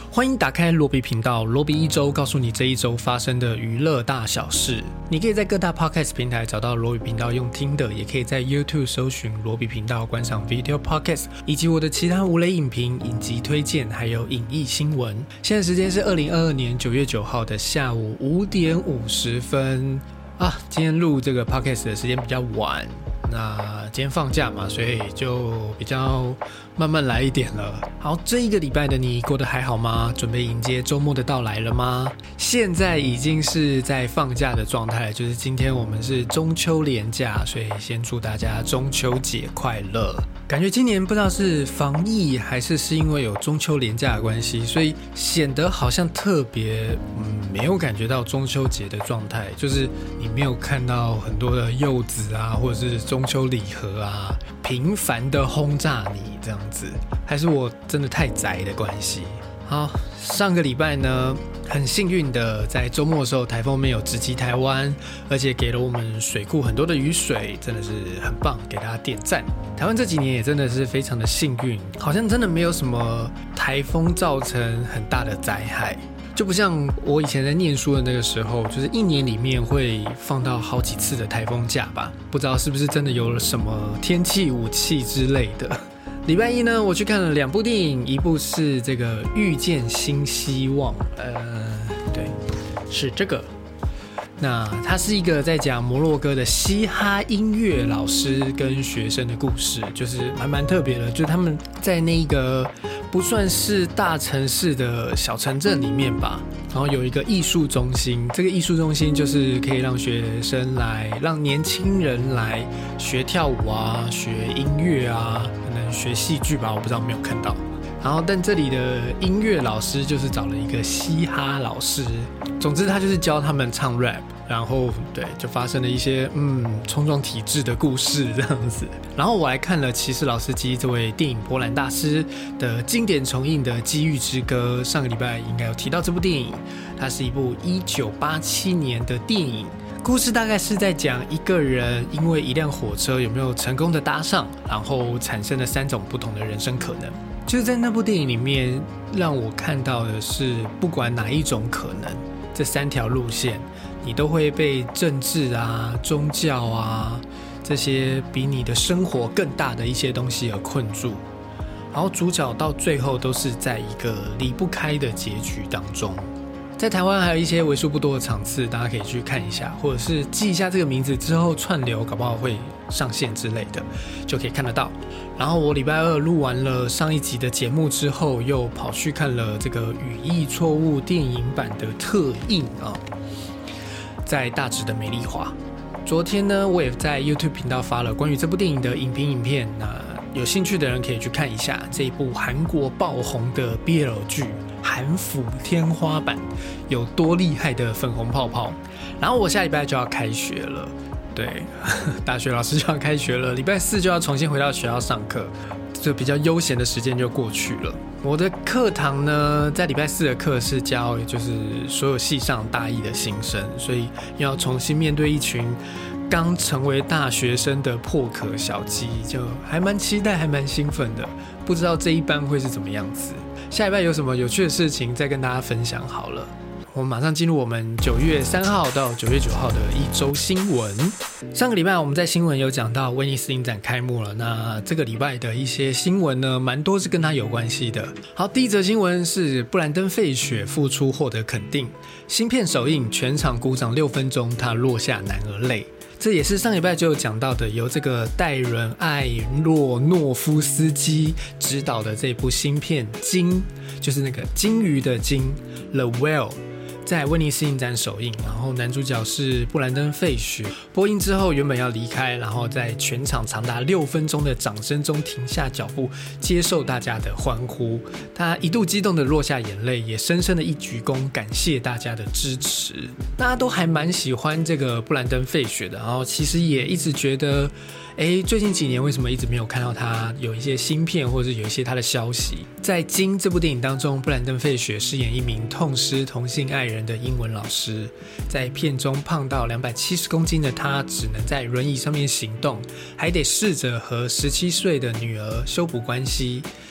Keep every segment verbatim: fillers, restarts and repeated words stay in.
欢迎打开罗比频道，罗比一周告诉你这一周发生的娱乐大小事。你可以在各大 podcast 平台找到罗比频道用听的，也可以在 YouTube 搜寻罗比频道观赏 video podcast， 以及我的其他无雷影评、影集推荐，还有影艺新闻。现在时间是二零二二年九月九号的下午五点五十分啊。今天录这个 podcast 的时间比较晚，那今天放假嘛，所以就比较慢慢来一点了。好，这一个礼拜的你过得还好吗？准备迎接周末的到来了吗？现在已经是在放假的状态，就是今天我们是中秋连假，所以先祝大家中秋节快乐。感觉今年不知道是防疫还是是因为有中秋连假的关系，所以显得好像特别嗯没有感觉到中秋节的状态，就是你没有看到很多的柚子啊，或者是中秋礼盒啊，频繁的轰炸你这样子，还是我真的太宅的关系。好，上个礼拜呢，很幸运的在周末的时候，台风没有直击台湾，而且给了我们水库很多的雨水，真的是很棒，给大家点赞。台湾这几年也真的是非常的幸运，好像真的没有什么台风造成很大的灾害，就不像我以前在念书的那个时候，就是一年里面会放到好几次的台风假吧，不知道是不是真的有了什么天气武器之类的。礼拜一呢，我去看了两部电影，一部是这个《遇见新希望》，呃，对，是这个。那它是一个在讲摩洛哥的嘻哈音乐老师跟学生的故事，就是蛮蛮特别的，就是他们在那个不算是大城市的小城镇里面吧，然后有一个艺术中心，这个艺术中心就是可以让学生来，让年轻人来学跳舞啊，学音乐啊，可能学戏剧吧，我不知道没有看到。然后但这里的音乐老师就是找了一个嘻哈老师，总之他就是教他们唱 rap， 然后对，就发生了一些嗯冲撞体制的故事这样子。然后我还看了骑士老司机这位电影波兰大师的经典重映的《机遇之歌》，上个礼拜应该有提到这部电影，它是一部一九八七年的电影。故事大概是在讲一个人因为一辆火车有没有成功的搭上，然后产生了三种不同的人生可能。就是在那部电影里面让我看到的是，不管哪一种可能，这三条路线你都会被政治啊、宗教啊这些比你的生活更大的一些东西而困住，然后主角到最后都是在一个离不开的结局当中。在台湾还有一些为数不多的场次，大家可以去看一下，或者是记一下这个名字，之后串流搞不好会上线之类的，就可以看得到。然后我礼拜二录完了上一集的节目之后，又跑去看了这个语义错误电影版的特映啊，在大直的美丽华。昨天呢，我也在 YouTube 频道发了关于这部电影的影评影片，那有兴趣的人可以去看一下这一部韩国爆红的 B L 剧。韩服天花板有多厉害的粉红泡泡。然后我下礼拜就要开学了，对，大学老师就要开学了，礼拜四就要重新回到学校上课，就比较悠闲的时间就过去了。我的课堂呢，在礼拜四的课是教就是所有系上大一的新生，所以要重新面对一群刚成为大学生的破壳小鸡，就还蛮期待还蛮兴奋的，不知道这一班会是怎么样子。下礼拜有什么有趣的事情再跟大家分享好了。我们马上进入我们九月三号到九月九号的一周新闻。上个礼拜我们在新闻有讲到威尼斯影展开幕了，那这个礼拜的一些新闻呢，蛮多是跟它有关系的。好，第一则新闻是布兰登·费雪复出获得肯定，新片首映全场鼓掌六分钟，他落下男儿泪。这也是上礼拜就有讲到的，由这个戴伦·艾洛诺夫斯基执导的这部新片《鲸》，就是那个鲸鱼的鲸 The Whale， 在威尼斯影展首映，然后男主角是布兰登·费雪。播映之后原本要离开，然后在全场长达六分钟的掌声中停下脚步，接受大家的欢呼。他一度激动的落下眼泪，也深深的一鞠躬，感谢大家的支持。大家都还蛮喜欢这个布兰登·费雪的，然后其实也一直觉得哎，最近几年为什么一直没有看到他有一些新片，或者有一些他的消息？在《鲸》这部电影当中，布兰登·费雪饰演一名痛失同性爱人的英文老师，在片中胖到两百七十公斤的他，只能在轮椅上面行动，还得试着和十七岁的女儿修补关系。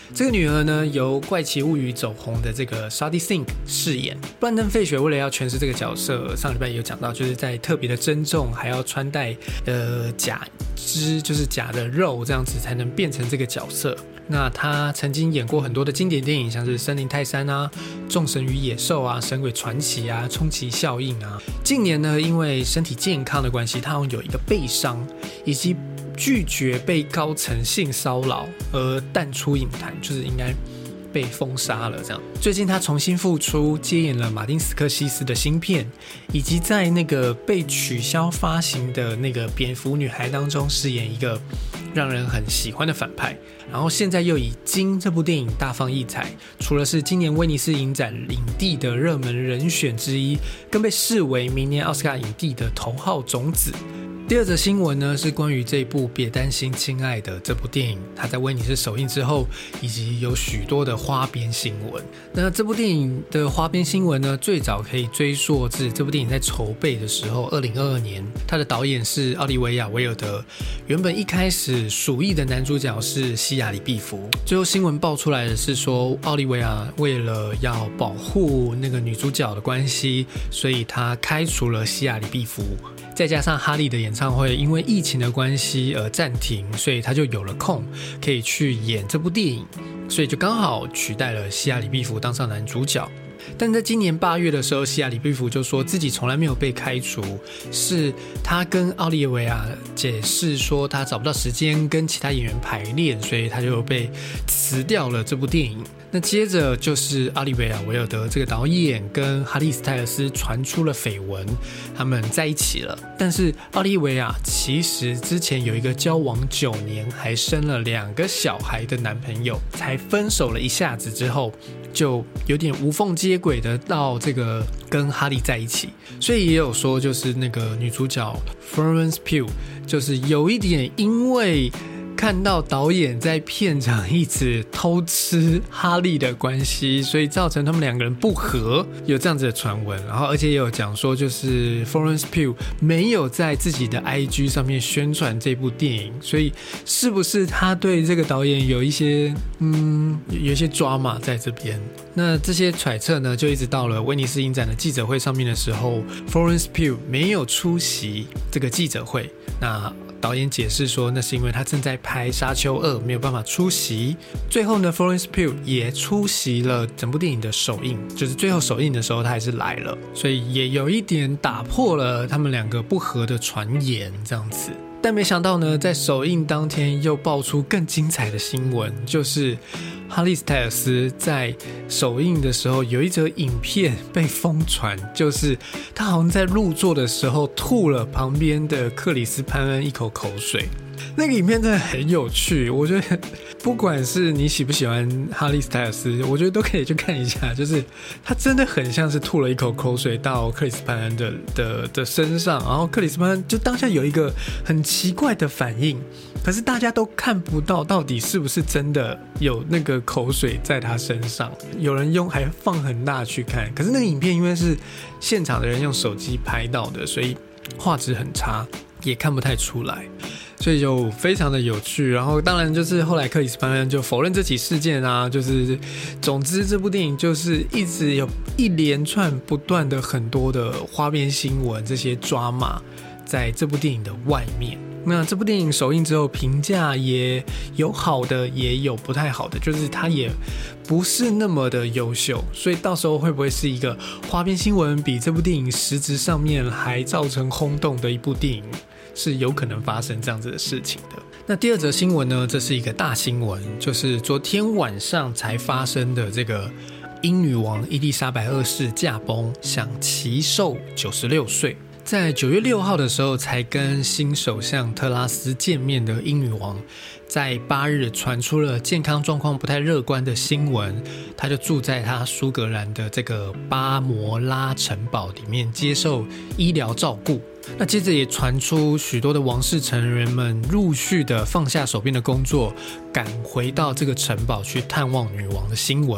这个女儿呢，由《怪奇物语》走红的这个 Sadie Sink 饰演。布兰登·费雪为了要诠释这个角色，上礼拜也有讲到，就是在特别的珍重，还要穿戴呃假肢，就是假的肉，这样子才能变成这个角色。那他曾经演过很多的经典电影，像是《森林泰山》啊、《众神与野兽》啊、《神鬼传奇》啊、《冲击效应》啊。近年呢，因为身体健康的关系，他好像有一个背伤，以及拒绝被高层性骚扰而淡出影坛，就是应该被封杀了这样。最近他重新复出，接演了马丁斯科西斯的新片，以及在那个被取消发行的那个蝙蝠女孩当中饰演一个让人很喜欢的反派。然后现在又以《金》这部电影大放异彩，除了是今年威尼斯影展影帝的热门人选之一，更被视为明年奥斯卡影帝的头号种子。第二则新闻呢，是关于这部《别担心，亲爱的》这部电影，它在威尼斯首映之后，以及有许多的花边新闻。那这部电影的花边新闻呢，最早可以追溯至这部电影在筹备的时候，二零二二年，它的导演是奥利维亚·维尔德。原本一开始鼠疫的男主角是西亚里毕福，最后新闻爆出来的是说，奥利维亚为了要保护那个女主角的关系，所以他开除了西亚里毕福。再加上哈利的演唱会因为疫情的关系而暂停，所以他就有了空可以去演这部电影，所以就刚好取代了西亚里毕福当上男主角。但在今年八月的时候，西亚里毕福就说自己从来没有被开除，是他跟奥利维亚解释说他找不到时间跟其他演员排练，所以他就被辞掉了这部电影。那接着就是奥利维亚·维尔德这个导演跟哈利·斯泰尔斯传出了绯闻，他们在一起了。但是奥利维亚其实之前有一个交往九年还生了两个小孩的男朋友，才分手了一下子之后，就有点无缝接轨的到这个跟哈利在一起。所以也有说，就是那个女主角 Florence Pugh 就是有一点因为看到导演在片场一直偷吃哈利的关系，所以造成他们两个人不和，有这样子的传闻。然后而且也有讲说，就是 Florence Pugh 没有在自己的 I G 上面宣传这部电影，所以是不是他对这个导演有一些嗯有一些抓马在这边？那这些揣测呢，就一直到了威尼斯影展的记者会上面的时候， Florence Pugh 没有出席这个记者会。那导演解释说，那是因为他正在拍《沙丘二》，没有办法出席。最后呢 Florence Pugh 也出席了整部电影的首映，就是最后首映的时候他还是来了，所以也有一点打破了他们两个不和的传言这样子。但没想到呢，在首映当天又爆出更精彩的新闻，就是哈利·斯泰尔斯在首映的时候有一则影片被疯传，就是他好像在入座的时候吐了旁边的克里斯·潘恩一口口水。那个影片真的很有趣，我觉得不管是你喜不喜欢哈利·斯泰尔斯，我觉得都可以去看一下，就是他真的很像是吐了一口口水到克里斯·潘恩 的, 的, 的身上，然后克里斯·潘恩就当下有一个很奇怪的反应，可是大家都看不到到底是不是真的有那个口水在他身上，有人用还放很大去看，可是那个影片因为是现场的人用手机拍到的，所以画质很差，也看不太出来，所以就非常的有趣。然后当然就是后来克里斯潘恩就否认这起事件啊，就是总之这部电影就是一直有一连串不断的很多的花边新闻，这些抓马在这部电影的外面。那这部电影首映之后评价也有好的也有不太好的，就是它也不是那么的优秀，所以到时候会不会是一个花边新闻比这部电影实质上面还造成轰动的一部电影，是有可能发生这样子的事情的。那第二则新闻呢，这是一个大新闻，就是昨天晚上才发生的这个英女王伊丽莎白二世驾崩，享其寿九十六岁。在九月六号的时候才跟新首相特拉斯见面的英女王，在八日传出了健康状况不太乐观的新闻，她就住在她苏格兰的这个巴摩拉城堡里面接受医疗照顾。那接着也传出许多的王室成员们陆续的放下手边的工作，赶回到这个城堡去探望女王的新闻。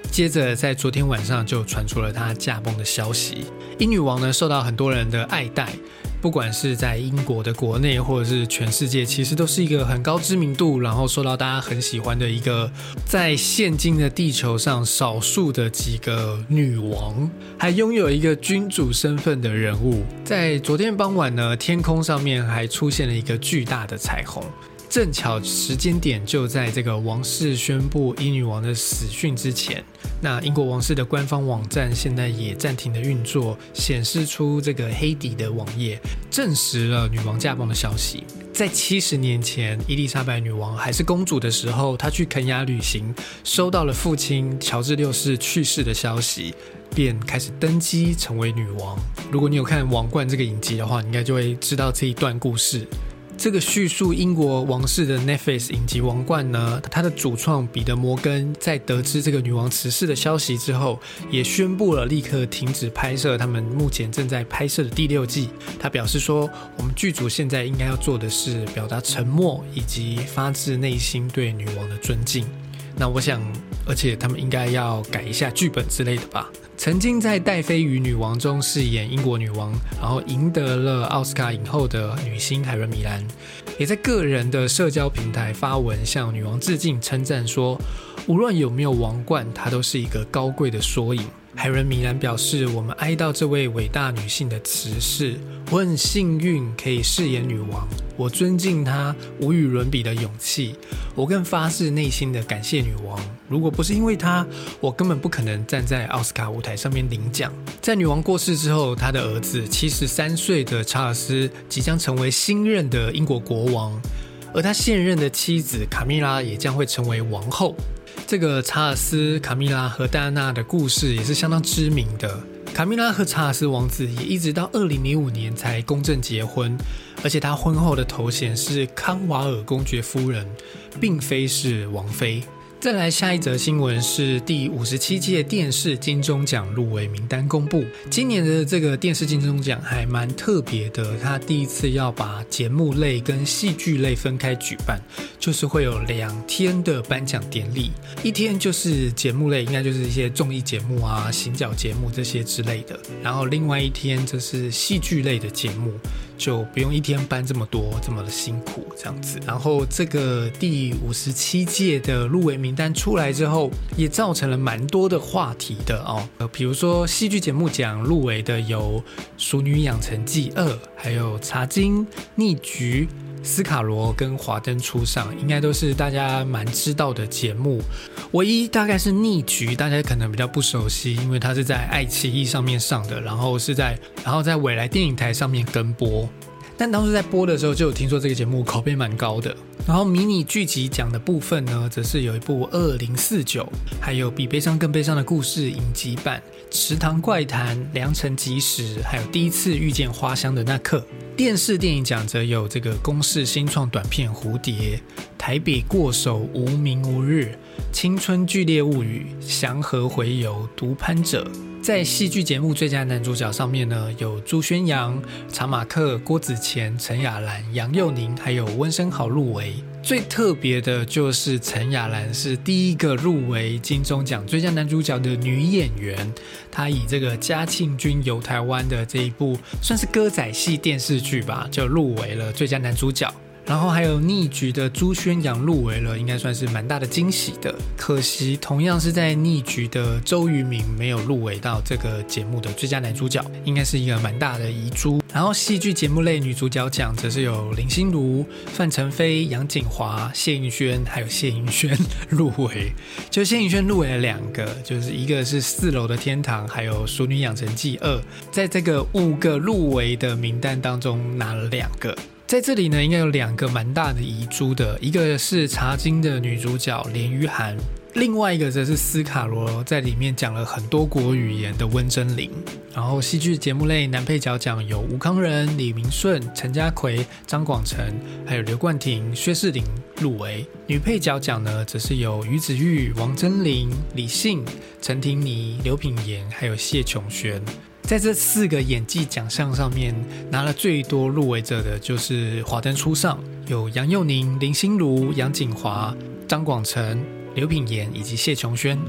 接着在昨天晚上就传出了她驾崩的消息。英女王呢受到很多人的爱戴，不管是在英国的国内或者是全世界，其实都是一个很高知名度，然后受到大家很喜欢的一个在现今的地球上少数的几个女王，还拥有一个君主身份的人物。在昨天傍晚呢，天空上面还出现了一个巨大的彩虹，正巧时间点就在这个王室宣布英女王的死讯之前。那英国王室的官方网站现在也暂停了运作，显示出这个黑底的网页，证实了女王驾崩的消息。在七十年前，伊丽莎白女王还是公主的时候，她去肯亚旅行，收到了父亲乔治六世去世的消息，便开始登基成为女王。如果你有看《王冠》这个影集的话，你应该就会知道这一段故事。这个叙述英国王室的 Netflix 影集《王冠》呢，它的主创彼得摩根在得知这个女王辞世的消息之后，也宣布了立刻停止拍摄他们目前正在拍摄的第六季。他表示说，我们剧组现在应该要做的是表达沉默以及发自内心对女王的尊敬。那我想，而且他们应该要改一下剧本之类的吧。曾经在《戴妃与女王》中饰演英国女王，然后赢得了奥斯卡影后的女星海伦米兰，也在个人的社交平台发文向女王致敬，称赞说，无论有没有王冠，她都是一个高贵的缩影。海伦米兰表示，我们哀悼这位伟大女性的辞世，我很幸运可以饰演女王，我尊敬她无与伦比的勇气，我更发自内心的感谢女王，如果不是因为她，我根本不可能站在奥斯卡舞台上面领奖。在女王过世之后，她的儿子七十三岁的查尔斯即将成为新任的英国国王，而他现任的妻子卡米拉也将会成为王后。这个查尔斯、卡米拉和戴安娜的故事也是相当知名的。卡米拉和查尔斯王子也一直到二零零五年才公证结婚，而且他婚后的头衔是康瓦尔公爵夫人，并非是王妃。再来下一则新闻是第五十七届电视金钟奖入围名单公布。今年的这个电视金钟奖还蛮特别的，它第一次要把节目类跟戏剧类分开举办，就是会有两天的颁奖典礼，一天就是节目类，应该就是一些综艺节目啊、行脚节目这些之类的，然后另外一天就是戏剧类的节目，就不用一天颁这么多这么的辛苦这样子。然后这个第五十七届的入围名单出来之后，也造成了蛮多的话题的哦。呃，比如说戏剧节目奖入围的有《淑女养成记二》，还有《茶金》、《逆局》、斯卡罗跟华灯初上，应该都是大家蛮知道的节目。唯一大概是逆局，大家可能比较不熟悉，因为它是在爱奇艺上面上的，然后是在然后在未来电影台上面跟播。但当时在播的时候就有听说这个节目口碑蛮高的。然后迷你剧集奖的部分呢，则是有一部二零四九，还有比悲伤更悲伤的故事影集版、池塘怪谈、良辰吉时，还有第一次遇见花香的那刻。电视电影奖则有这个公视新创短片蝴蝶、台北过手无名无日、青春剧烈物语、祥和回游、独攀者。在戏剧节目最佳男主角上面呢，有朱宣阳、查马克、郭子乾、陈雅兰、杨佑宁还有温升豪入围。最特别的就是陈雅兰是第一个入围金钟奖最佳男主角的女演员，她以这个嘉庆君游台湾的这一部算是歌仔戏电视剧吧，就入围了最佳男主角。然后还有逆局的朱宣阳入围了，应该算是蛮大的惊喜的。可惜同样是在逆局的周渝民没有入围到这个节目的最佳男主角，应该是一个蛮大的遗珠。然后戏剧节目类女主角奖则是有林心如、范丞丞、杨谨华、谢盈萱还有谢盈萱入围。就谢盈萱入围了两个，就是一个是四楼的天堂，还有淑女养成记二，在这个五个入围的名单当中拿了两个。在这里呢，应该有两个蛮大的遗珠的，一个是茶金的女主角连俞涵，另外一个则是斯卡罗在里面讲了很多国语言的温真菱。然后戏剧节目类男配角奖有吴慷仁、李明顺、陈家奎、张广成，还有刘冠廷、薛仕凌入围。女配角奖呢，则是有于子玉、王真菱、李信、陈婷妮、刘品言，还有谢琼轩。在这四个演技奖项上面，拿了最多入围者的就是华灯初上，有杨佑宁、林心如、杨谨华、张广成、刘品言以及谢琼轩。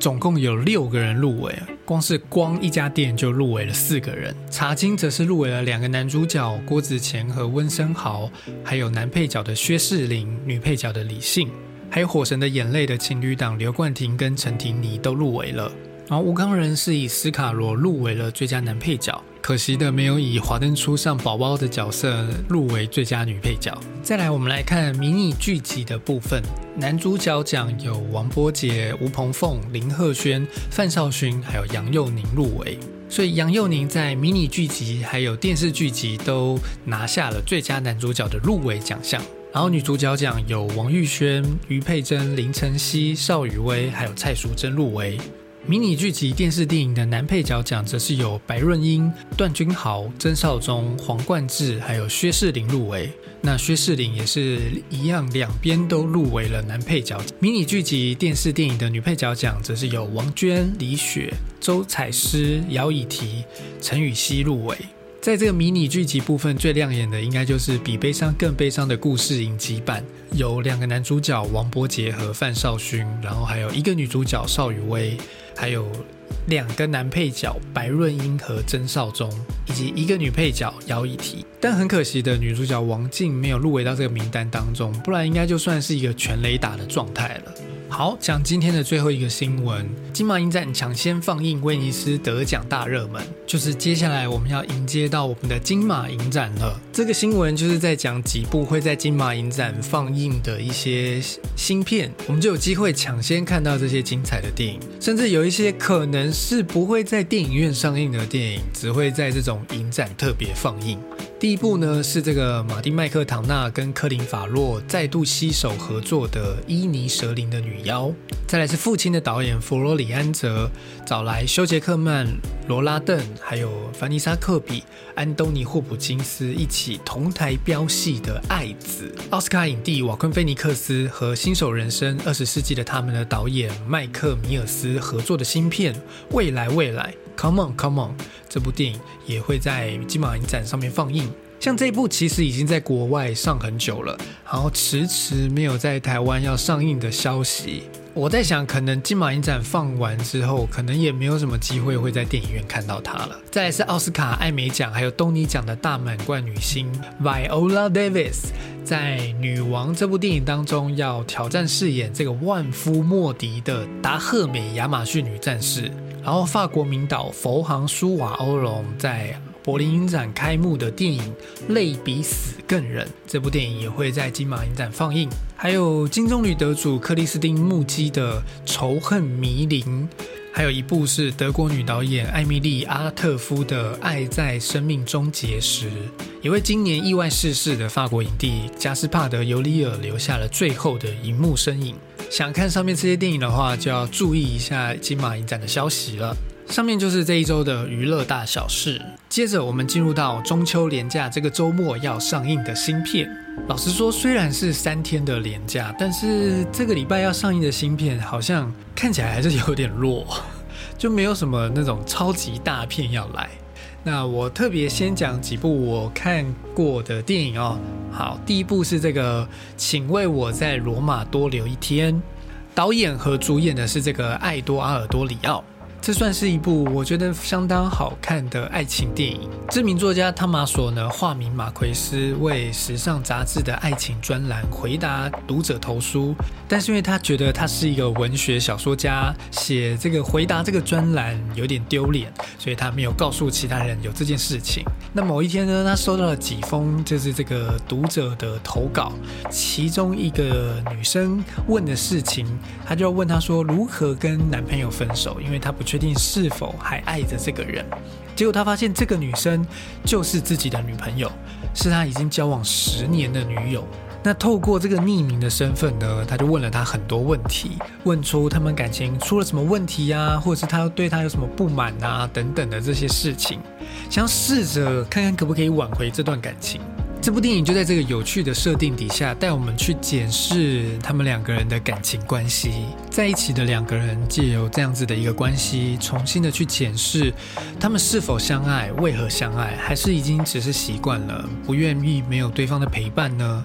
总共有六个人入围，光是光一家店就入围了四个人。茶金则是入围了两个男主角郭子乾和温升豪，还有男配角的薛仕凌，女配角的李信，还有火神的眼泪的情侣档刘冠廷跟陈婷妮都入围了。然后吴慷仁是以斯卡罗入围了最佳男配角，可惜的没有以华灯初上宝宝的角色入围最佳女配角。再来我们来看迷你剧集的部分，男主角奖有王波杰、吴鹏凤、林鹤轩、范少勋还有杨佑宁入围，所以杨佑宁在迷你剧集还有电视剧集都拿下了最佳男主角的入围奖项。然后女主角奖有王玉轩、于佩珍、林晨曦、邵雨薇还有蔡淑臻入围。迷你剧集电视电影的男配角奖则是有白润英、段君豪、曾少宗、黄冠志还有薛仕凌入围。那薛仕凌也是一样，两边都入围了男配角。迷你剧集电视电影的女配角奖则是有王娟、李雪、周采诗、姚以缇、陈雨希入围。在这个迷你剧集部分最亮眼的应该就是比悲伤更悲伤的故事影集版，有两个男主角王波杰和范少勋，然后还有一个女主角邵雨薇，还有两个男配角白润英和曾少宗，以及一个女配角姚以缇。但很可惜的，女主角王静没有入围到这个名单当中，不然应该就算是一个全垒打的状态了。好，讲今天的最后一个新闻，金马影展抢先放映威尼斯得奖大热门，就是接下来我们要迎接到我们的金马影展了。这个新闻就是在讲几部会在金马影展放映的一些新片，我们就有机会抢先看到这些精彩的电影，甚至有一些可能是不会在电影院上映的电影，只会在这种影展特别放映。第一部呢是这个马丁麦克唐纳跟科林法洛再度携手合作的伊尼舍林的女妖，再来是父亲的导演弗罗里安泽找来休杰克曼、罗拉邓还有凡妮莎克比、安东尼霍普金斯一起同台飙戏的爱子。奥斯卡影帝瓦昆菲尼克斯和新手人生二十世纪的他们的导演麦克米尔斯合作的新片未来未来 Come on Come on， 这部电影也会在金马影展上面放映。像这一部其实已经在国外上很久了，然后迟迟没有在台湾要上映的消息。我在想可能金马影展放完之后可能也没有什么机会会在电影院看到它了。再来是奥斯卡、艾美奖还有东尼奖的大满贯女星 Viola Davis 在《女王》这部电影当中要挑战饰演这个万夫莫敌的达赫美亚马逊女战士。然后法国名导佛航舒瓦欧龙在柏林影展开幕的电影《泪比死更人》，这部电影也会在金马影展放映。还有金棕榈得主克里斯汀·穆基的《仇恨迷林》，还有一部是德国女导演艾米丽·阿特夫的《爱在生命终结时》，也为今年意外逝世的法国影帝加斯帕德·尤里尔留下了最后的荧幕身影。想看上面这些电影的话，就要注意一下金马影展的消息了。上面就是这一周的娱乐大小事，接着我们进入到中秋连假这个周末要上映的新片。老实说，虽然是三天的连假，但是这个礼拜要上映的新片好像看起来还是有点弱，就没有什么那种超级大片要来。那我特别先讲几部我看过的电影哦。好，第一部是这个请为我在罗马多留一天，导演和主演的是这个艾多阿尔多里奥。这算是一部我觉得相当好看的爱情电影。知名作家汤马索呢，化名马奎斯，为时尚杂志的爱情专栏回答读者投书，但是因为他觉得他是一个文学小说家，写这个回答这个专栏有点丢脸，所以他没有告诉其他人有这件事情。那某一天呢，他收到了几封就是这个读者的投稿，其中一个女生问的事情，他就要问他说如何跟男朋友分手，因为他不确定是否还爱着这个人。结果他发现这个女生就是自己的女朋友，是他已经交往十年的女友。那透过这个匿名的身份呢，他就问了他很多问题，问出他们感情出了什么问题啊，或者是他对他有什么不满啊等等的这些事情，想试着看看可不可以挽回这段感情。这部电影就在这个有趣的设定底下，带我们去检视他们两个人的感情关系，在一起的两个人藉由这样子的一个关系，重新的去检视他们是否相爱，为何相爱，还是已经只是习惯了，不愿意没有对方的陪伴呢？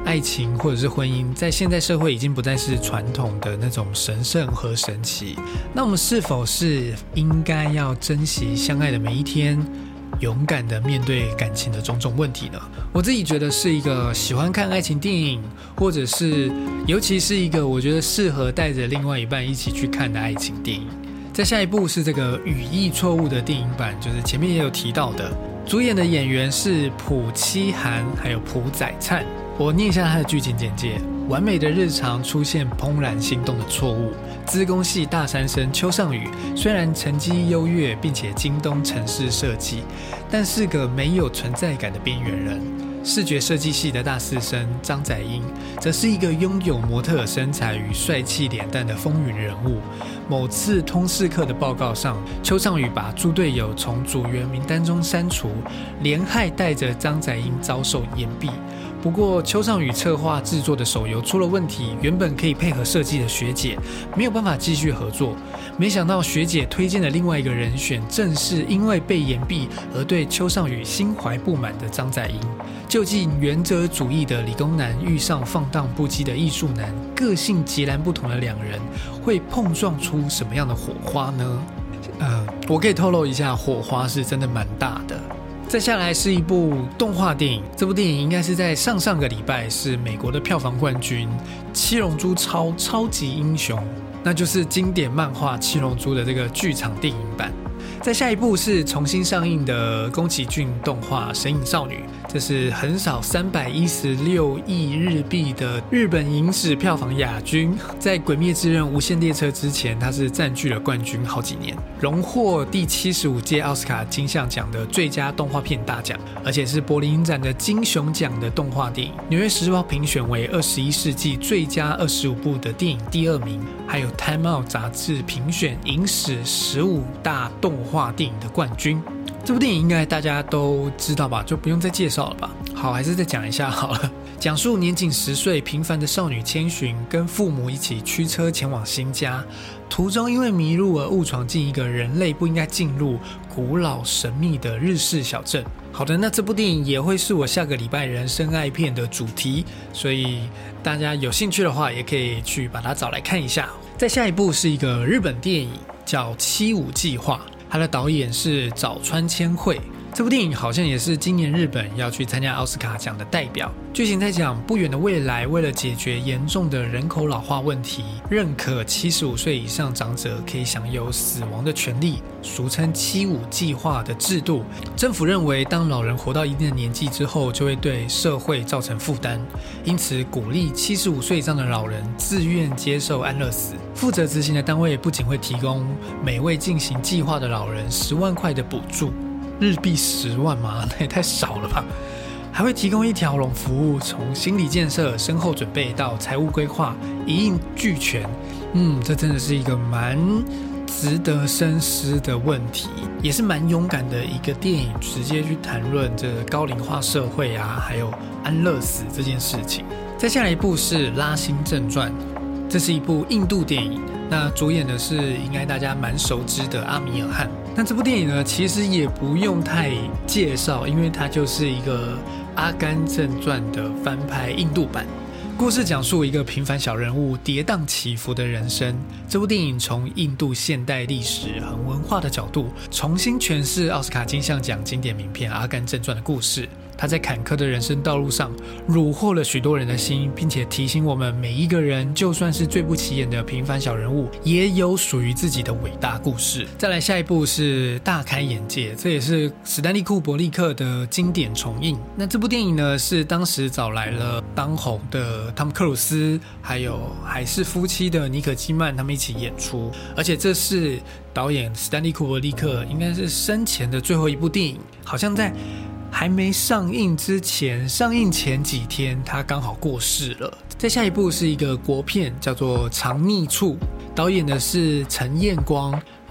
爱情或者是婚姻在现代社会已经不再是传统的那种神圣和神奇，那我们是否是应该要珍惜相爱的每一天，勇敢的面对感情的种种问题呢？我自己觉得是一个喜欢看爱情电影，或者是尤其是一个我觉得适合带着另外一半一起去看的爱情电影。在下一部是这个语义错误的电影版，就是前面也有提到的，主演的演员是朴七涵还有朴宰灿。我念一下他的剧情简介：完美的日常出现怦然心动的错误。资工系大三生邱尚宇虽然成绩优越，并且精通程式设计，但是个没有存在感的边缘人。视觉设计系的大四生张载英则是一个拥有模特儿身材与帅气脸蛋的风云人物。某次通识课的报告上，邱尚宇把猪队友从组员名单中删除，连害带着张载英遭受延毕。不过邱尚宇策划制作的手游出了问题，原本可以配合设计的学姐没有办法继续合作，没想到学姐推荐的另外一个人选，正是因为被延毕而对邱尚宇心怀不满的张载英。究竟原则主义的理工男遇上放荡不羁的艺术男，个性截然不同的两人会碰撞出什么样的火花呢？呃，我可以透露一下，火花是真的蛮大的。再下来是一部动画电影，这部电影应该是在上上个礼拜是美国的票房冠军，《七龙珠超超级英雄》，那就是经典漫画《七龙珠》的这个剧场电影版。再下一部是重新上映的宫崎骏动画《神隐少女》，这是横扫三百一十六亿日币的日本影史票房亚军。在《鬼灭之刃：无限列车》之前，它是占据了冠军好几年，荣获第七十五届奥斯卡金像奖的最佳动画片大奖，而且是柏林影展的金熊奖的动画电影。纽约时报评选为二十一世纪最佳二十五部的电影第二名，还有 Time Out 杂志评选影史十五大动画电影的冠军。这部电影应该大家都知道吧，就不用再介绍了吧。好，还是再讲一下好了。讲述年仅十岁平凡的少女千寻跟父母一起驱车前往新家，途中因为迷路而误闯进一个人类不应该进入古老神秘的日式小镇。好的，那这部电影也会是我下个礼拜人生爱片的主题，所以大家有兴趣的话也可以去把它找来看一下。再下一部是一个日本电影叫《七五计划》，它的导演是早川千惠。这部电影好像也是今年日本要去参加奥斯卡奖的代表。剧情在讲不远的未来，为了解决严重的人口老化问题，认可七十五岁以上长者可以享有死亡的权利，俗称七五计划的制度。政府认为当老人活到一定的年纪之后，就会对社会造成负担，因此鼓励七十五岁以上的老人自愿接受安乐死。负责执行的单位不仅会提供每位进行计划的老人十万块的补助，日币十万吗？那也太少了吧！还会提供一条龙服务，从心理建设、身后准备到财务规划，一应俱全。嗯，这真的是一个蛮值得深思的问题，也是蛮勇敢的一个电影，直接去谈论这个高龄化社会啊，还有安乐死这件事情。再下来一部是《拉辛正传》，这是一部印度电影，那主演的是应该大家蛮熟知的阿米尔汗。那这部电影呢，其实也不用太介绍，因为它就是一个《阿甘正传》的翻拍印度版。故事讲述一个平凡小人物跌宕起伏的人生。这部电影从印度现代历史和文化的角度，重新诠释奥斯卡金像奖经典名片《阿甘正传》的故事。他在坎坷的人生道路上虏获了许多人的心，并且提醒我们每一个人，就算是最不起眼的平凡小人物，也有属于自己的伟大故事。再来下一部是大开眼界，这也是史丹利库伯利克的经典重映。那这部电影呢，是当时找来了当红的汤姆克鲁斯还有海氏夫妻的妮可基曼他们一起演出，而且这是导演史丹利库伯利克应该是生前的最后一部电影，好像在还没上映之前，上映前几天他刚好过世了。再下一部是一个国片，叫做《藏匿处》，导演的是陈彦光，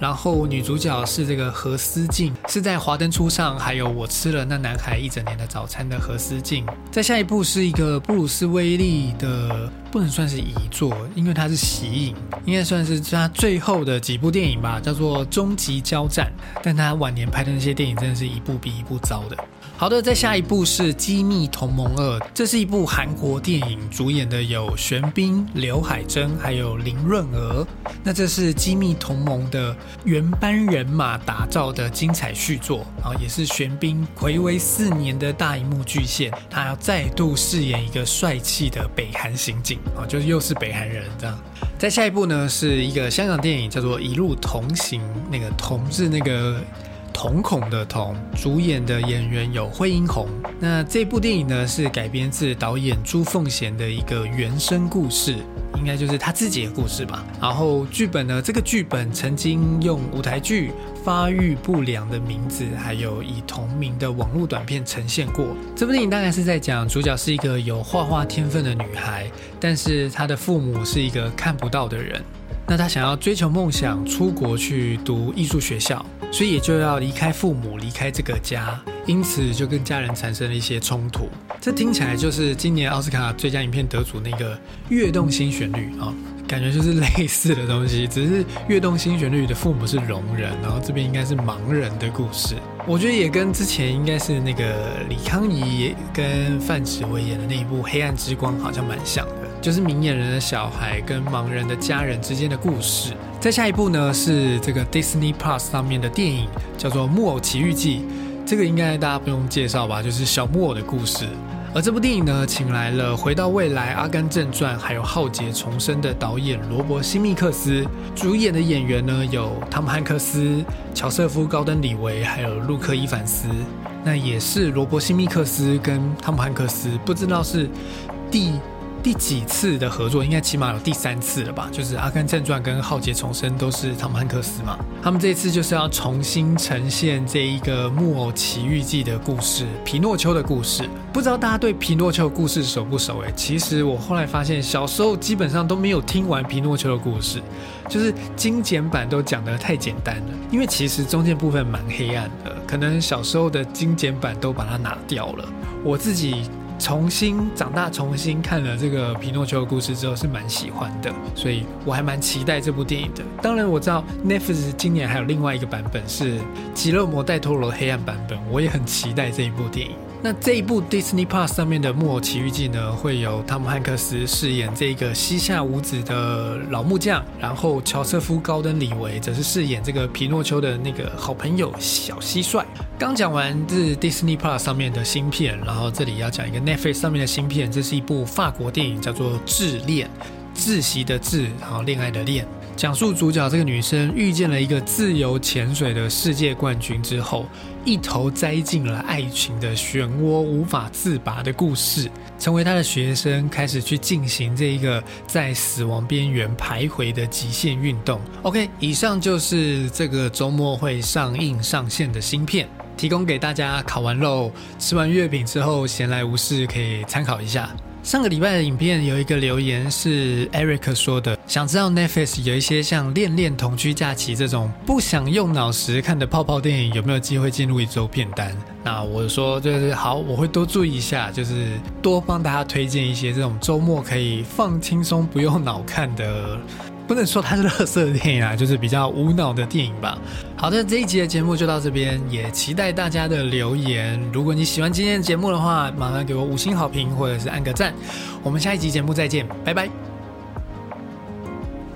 然后女主角是这个何思静，是在华灯初上还有我吃了那男孩一整年的早餐的何思静。再下一部是一个布鲁斯威利的，不能算是遗作，因为它是息影，应该算是他最后的几部电影吧，叫做终极交战。但他晚年拍的那些电影真的是一部比一部糟的。好的，再下一部是《机密同盟二》，这是一部韩国电影，主演的有玄彬、刘海珍还有林润娥。那这是《机密同盟》的原班人马打造的精彩续作，然后也是玄彬睽违四年的大荧幕巨献，他要再度饰演一个帅气的北韩刑警，就是又是北韩人这样。再下一部呢是一个香港电影，叫做《一路同行》，那个同是那个瞳孔的瞳，主演的演员有惠英红。那这部电影呢是改编自导演朱凤贤的一个原生故事，应该就是他自己的故事吧。然后剧本呢，这个剧本曾经用舞台剧《发育不良的名字》还有以同名的网络短片呈现过。这部电影大概是在讲主角是一个有画画天分的女孩，但是她的父母是一个看不到的人。那她想要追求梦想，出国去读艺术学校，所以也就要离开父母，离开这个家，因此就跟家人产生了一些冲突。这听起来就是今年奥斯卡最佳影片得主那个《跃动新旋律》啊，感觉就是类似的东西，只是《跃动新旋律》的父母是聋人，然后这边应该是盲人的故事。我觉得也跟之前应该是那个李康怡跟范植伟演的那一部《黑暗之光》好像蛮像的，就是明眼人的小孩跟盲人的家人之间的故事。再下一部呢是这个 Disney Plus 上面的电影，叫做《木偶奇遇记》，这个应该大家不用介绍吧，就是小木偶的故事。而这部电影呢，请来了《回到未来》《阿甘正传》还有《浩劫重生》的导演罗伯·辛密克斯，主演的演员呢有汤姆·汉克斯、乔瑟夫·高登·李维还有路克·伊凡斯。那也是罗伯·辛密克斯跟汤姆·汉克斯，不知道是第第几次的合作，应该起码有第三次了吧，就是《阿甘正传》跟《浩劫重生》都是汤姆汉克斯嘛。他们这一次就是要重新呈现这一个木偶奇遇记的故事，皮诺丘的故事。不知道大家对皮诺丘的故事熟不熟？哎，其实我后来发现，小时候基本上都没有听完皮诺丘的故事，就是精简版都讲得太简单了，因为其实中间部分蛮黑暗的，可能小时候的精简版都把它拿掉了。我自己重新长大重新看了这个皮诺丘的故事之后是蛮喜欢的，所以我还蛮期待这部电影的。当然我知道 Netflix 今年还有另外一个版本是吉勒摩戴托罗的黑暗版本，我也很期待这一部电影。那这一部 Disney Plus 上面的木偶奇遇记呢，会由汤姆汉克斯饰演这个膝下无子的老木匠，然后乔瑟夫高登李维则是饰演这个皮诺丘的那个好朋友小蟋蟀。刚讲完是 Disney Plus 上面的新片，然后这里要讲一个 Netflix 上面的新片，这是一部法国电影，叫做《窒恋》，窒息的窒，然后恋爱的恋。讲述主角这个女生遇见了一个自由潜水的世界冠军之后，一头栽进了爱情的漩涡，无法自拔的故事。成为她的学生，开始去进行这一个在死亡边缘徘徊的极限运动。OK， 以上就是这个周末会上映上线的新片，提供给大家烤完肉、吃完月饼之后闲来无事可以参考一下。上个礼拜的影片有一个留言是 Eric 说的，想知道 Netflix 有一些像《恋恋同居假期》这种不想用脑时看的泡泡电影有没有机会进入一周片单。那我说就是好，我会多注意一下，就是多帮大家推荐一些这种周末可以放轻松不用脑看的，不能说它是垃圾的电影啊，就是比较无脑的电影吧。好的，这一集的节目就到这边，也期待大家的留言。如果你喜欢今天的节目的话，麻烦给我五星好评或者是按个赞。我们下一集节目再见，拜拜。